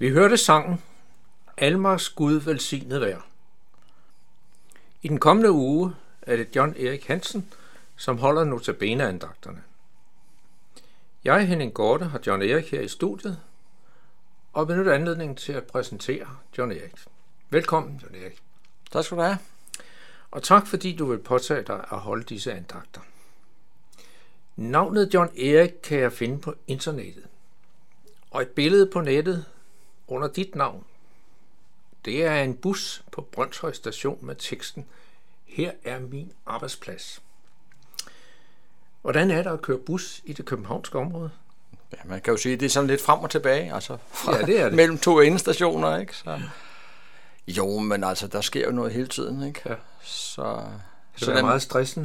Vi hørte sangen Almars Gud velsignet vær. I den kommende uge er det John Erik Hansen, som holder notabeneandagterne. Jeg, Henning Gorte, har John Erik her i studiet, og benytter anledningen til at præsentere John Erik. Velkommen, John Erik. Tak skal du have. Og tak, fordi du vil påtage dig at holde disse andagter. Navnet John Erik kan jeg finde på internettet, og et billede på nettet under dit navn. Det er en bus på Brønshøj Station med teksten: Her er min arbejdsplads. Hvordan er det at køre bus i det københavnske område? Ja, man kan jo sige, at det er sådan lidt frem og tilbage, altså ja, det er det. Mellem to endestationer, ikke? Så. Jo, men altså, der sker jo noget hele tiden, ikke? Ja. Så det er meget stressende.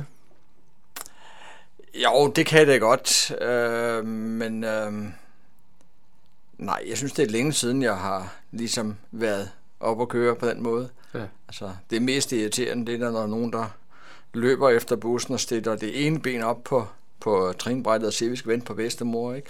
Jo, det kan det godt, men nej, jeg synes, det er længe siden, jeg har ligesom været op og køre på den måde. Ja. Altså, det mest irriterende, det er, når der er nogen, der løber efter bussen og stiller det ene ben op på trinbrættet og siger, at vi skal vente på bedstemor, ikke?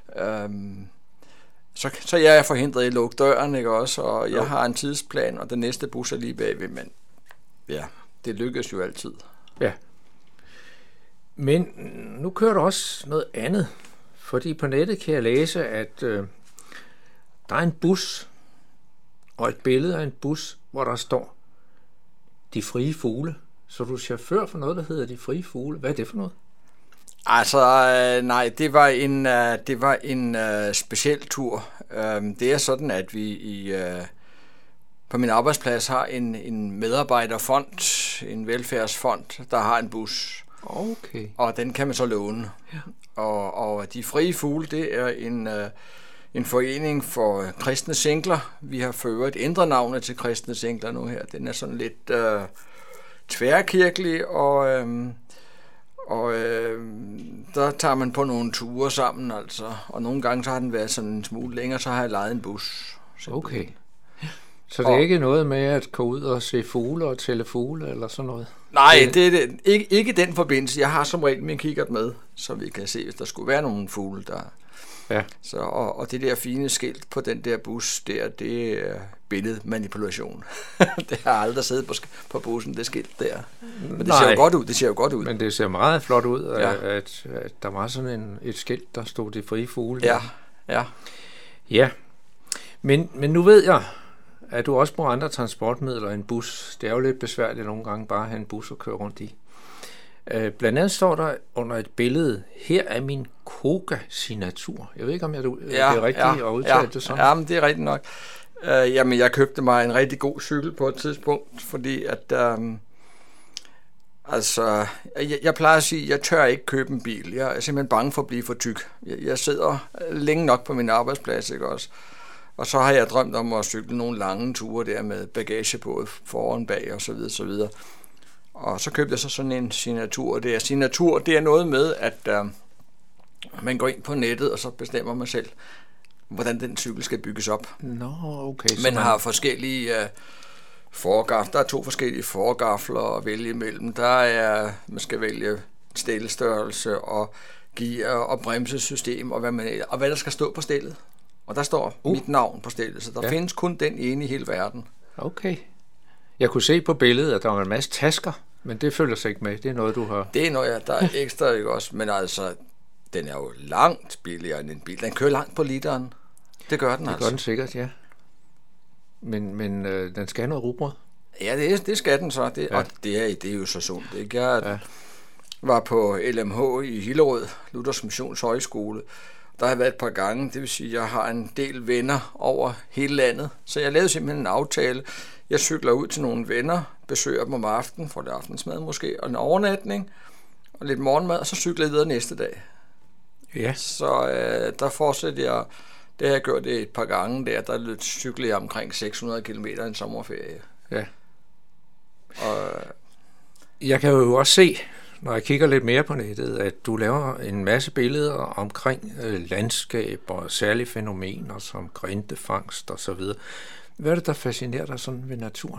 Så jeg er forhindret i at lukke døren, ikke også? Og jeg har en tidsplan, og den næste bus er lige bagved, men ja, det lykkes jo altid. Ja. Men nu kører der også noget andet, fordi på nettet kan jeg læse, at der er en bus, og et billede af en bus, hvor der står De Frie Fugle. Så du er chauffør for noget, der hedder De Frie Fugle. Hvad er det for noget? Altså, nej, det var en speciel tur. Det er sådan, at vi på min arbejdsplads har en medarbejderfond, en velfærdsfond, der har en bus. Okay. Og den kan man så låne. Ja. Og De Frie Fugle, det er en forening for kristne singler. Vi har for øvrigt ændret navnet til kristne singler nu her. Den er sådan lidt tværkirkelig, og der tager man på nogle ture sammen, altså. Og nogle gange så har den været sådan en smule længere, så har jeg lejet en bus. Okay. Så det er ikke noget med at gå ud og se fugle og tælle fugle eller sådan noget? Nej, det er det. Ikke den forbindelse. Jeg har som regel min kikkert med, så vi kan se, hvis der skulle være nogle fugle der. Ja. Så, og det der fine skilt på den der bus der, det er billedmanipulation. Det har aldrig siddet på bussen, det skilt der. Men det ser jo godt ud. Det ser jo godt ud. Men det ser meget flot ud, at der var sådan et skilt, der stod De Frie Fugle. Ja. Men nu ved jeg, at du også bruger andre transportmidler end bus. Det er jo lidt besværligt nogle gange bare at have en bus at køre rundt i. Blandt andet står der under et billede: Her er min Koga-signatur. Jeg ved ikke, om det er rigtigt at udtale det sådan. Ja, men det er rigtigt nok. Jamen, jeg købte mig en rigtig god cykel på et tidspunkt, fordi at jeg plejer at sige, at jeg tør ikke købe en bil. Jeg er simpelthen bange for at blive for tyk. Jeg sidder længe nok på min arbejdsplads, ikke også? Og så har jeg drømt om at cykle nogle lange ture der med bagage på foran, bag og så videre, så videre. Og så købte jeg så sådan en signatur. Det er noget med, at man går ind på nettet, og så bestemmer man selv, hvordan den cykel skal bygges op. Okay. Man har forskellige forgafler. Der er 2 forskellige forgafler at vælge imellem. Man skal vælge stillestørrelse og gear og bremsesystem og hvad der skal stå på stillet. Og der står mit navn på stillet, så der findes kun den ene i hele verden. Okay. Jeg kunne se på billedet, at der var en masse tasker, men det følger sig ikke med. Det er noget, du har... Det er noget, der er ekstra, ikke også? Men altså, den er jo langt billigere end en bil. Den kører langt på literen. Det gør den altså. Det gør den sikkert, ja. Men den skal have noget rugbrød. Ja, det skal den så. Og det er jo så sundt, ikke? Jeg var på LMH i Hillerød, Luthers Missions Højskole. Der har jeg været et par gange, det vil sige, at jeg har en del venner over hele landet. Så jeg lavede simpelthen en aftale. Jeg cykler ud til nogle venner, besøger dem om aftenen, får det aftensmad måske, og en overnatning, og lidt morgenmad, og så cykler jeg videre næste dag. Ja. Så der fortsætter jeg, det har jeg gjort et par gange der cyklede jeg omkring 600 km en sommerferie. Ja. Og jeg kan jo også se, når jeg kigger lidt mere på nettet, at du laver en masse billeder omkring landskaber og særlige fænomener som grindefangst og så videre. Hvad er det, der fascinerer dig sådan ved naturen?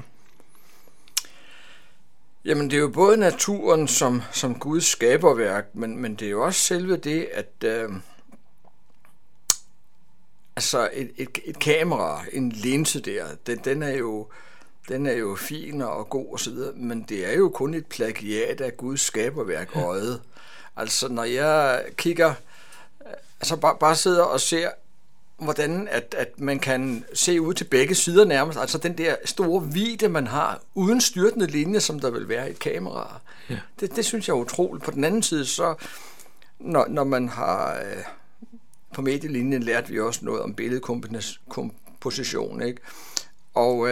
Jamen, det er jo både naturen som Guds skaberværk, men det er jo også selve det, Altså et kamera, en linse der, den er jo fin og god og så videre, men det er jo kun et plagiat af Guds skaberværk øjet. Altså når jeg kigger, altså bare sidder og ser, hvordan at man kan se ud til begge sider nærmest, altså den der store vidde, man har, uden styrtende linje, som der vil være i et kamera. Ja. Det synes jeg er utroligt. På den anden side, så når man har på medielinjen lært vi også noget om billedkomposition, ikke? Og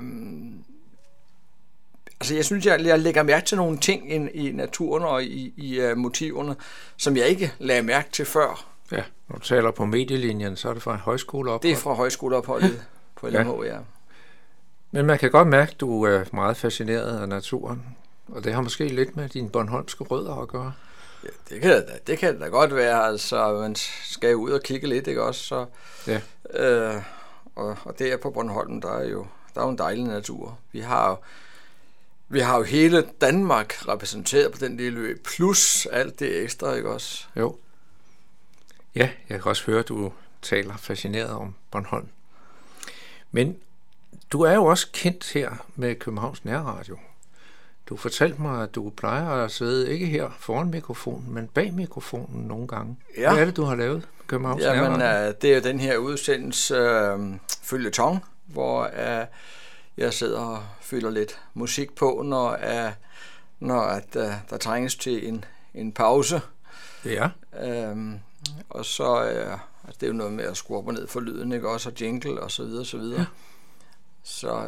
altså jeg synes, jeg lægger mærke til nogle ting i naturen og i motiverne, som jeg ikke lagde mærke til før. Ja, når du taler på medielinjen, så er det fra en højskoleophold. Det er fra højskoleopholdet på LMH, ja. Men man kan godt mærke, at du er meget fascineret af naturen, og det har måske lidt med dine bornholmske rødder at gøre. Ja, det kan da godt være, altså man skal jo ud og kigge lidt, ikke også? Så, ja. Og der på Bornholm, der er jo en dejlig natur. Vi har jo hele Danmark repræsenteret på den lille ø, plus alt det ekstra, ikke også? Jo. Ja, jeg kan også høre, at du taler fascineret om Bornholm. Men du er jo også kendt her med Københavns Nærradio. Du fortalte mig, at du plejer at sidde ikke her foran mikrofonen, men bag mikrofonen nogle gange. Ja. Hvad er det, du har lavet med Københavns Nærradio? Jamen, det er jo den her udsendelse føljeton, hvor jeg sidder og fylder lidt musik på, når der trænges til en pause. Ja. Og så altså det er jo noget med at skrue op og ned for lyden, ikke også, og jingle og så videre, så videre. Ja. Så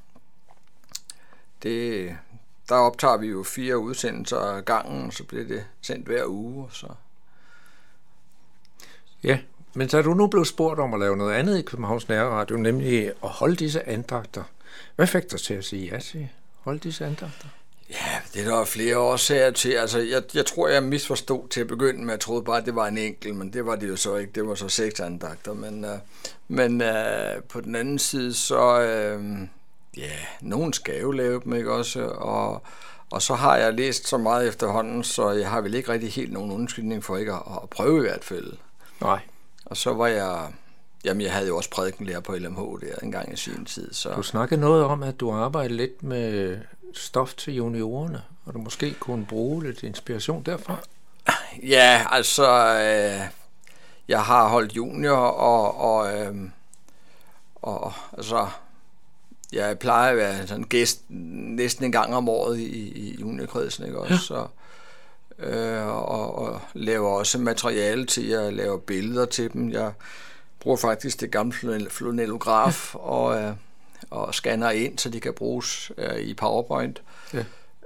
der optager vi jo 4 udsendelser ad gangen, og så bliver det sendt hver uge. Så. Ja, men så er du nu blevet spurgt om at lave noget andet i Københavns Nærradio, nemlig at holde disse andagter. Hvad fik dig til at sige ja til at holde disse andagter? Ja, det er der flere årsager til. Altså, jeg tror, jeg misforstod til at begynde med. Jeg troede bare, at det var en enkelt, men det var det jo så ikke. Det var så 6 andagter. Men på den anden side, så nogen skal jo lave dem, ikke også? Og så har jeg læst så meget efterhånden, så jeg har vel ikke rigtig helt nogen undskyldning for ikke at prøve i hvert fald. Nej. Og så var jeg havde jo også prædikenlærer på LMH der en gang i sin tid. Så. Du snakkede noget om, at du arbejdede lidt med stof til juniorerne, og du måske kunne bruge lidt inspiration derfra? Ja, altså, jeg har holdt junior, og altså, jeg plejer at være sådan gæst næsten en gang om året i juniorkredsen, ikke også? Ja. Så, og laver også materiale til, jeg laver billeder til dem. Jeg bruger faktisk det gamle flonellograf, og scanner ind, så de kan bruges i PowerPoint. Ja.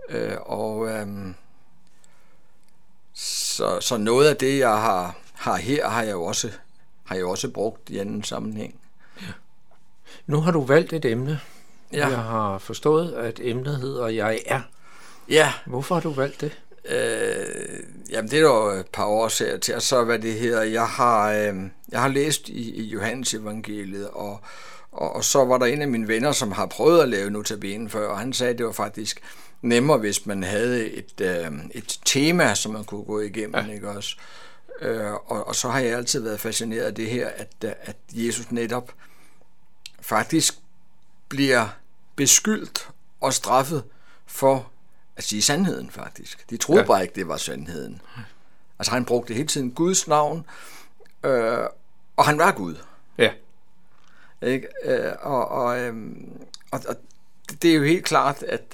Så noget af det, jeg har her, har jeg jo også brugt i anden sammenhæng. Ja. Nu har du valgt et emne. Ja. Jeg har forstået, at emnet hedder Jeg er. Ja. Hvorfor har du valgt det? Jamen, det er jo et par årsager til, og så hvad det hedder. Jeg har læst i Johannes evangeliet, og så var der en af mine venner, som har prøvet at lave notabene før, og han sagde, at det var faktisk nemmere, hvis man havde et tema, som man kunne gå igennem, ja. Ikke også? Og så har jeg altid været fascineret af det her, at Jesus netop faktisk bliver beskyldt og straffet for at sige sandheden, faktisk. De troede bare ikke, det var sandheden. Altså, han brugte hele tiden Guds navn, og han var Gud. Ja. Ikke? Og det er jo helt klart, at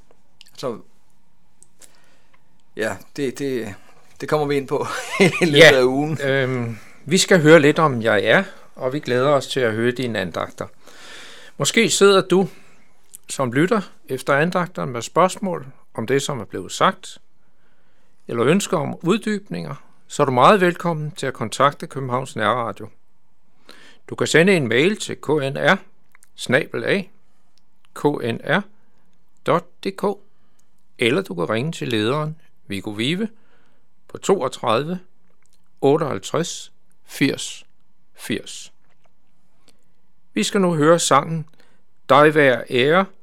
det kommer vi ind på i løbet af ugen. Vi skal høre lidt om Jeg er, og vi glæder os til at høre dine andagter. Måske sidder du som lytter efter andagterne med spørgsmål om det, som er blevet sagt, eller ønsker om uddybninger, så er du meget velkommen til at kontakte Københavns Nærradio. Du kan sende en mail til knr@knr.dk, eller du kan ringe til lederen Viggo Vive på 32 58 80 80. Vi skal nu høre sangen Dig være ære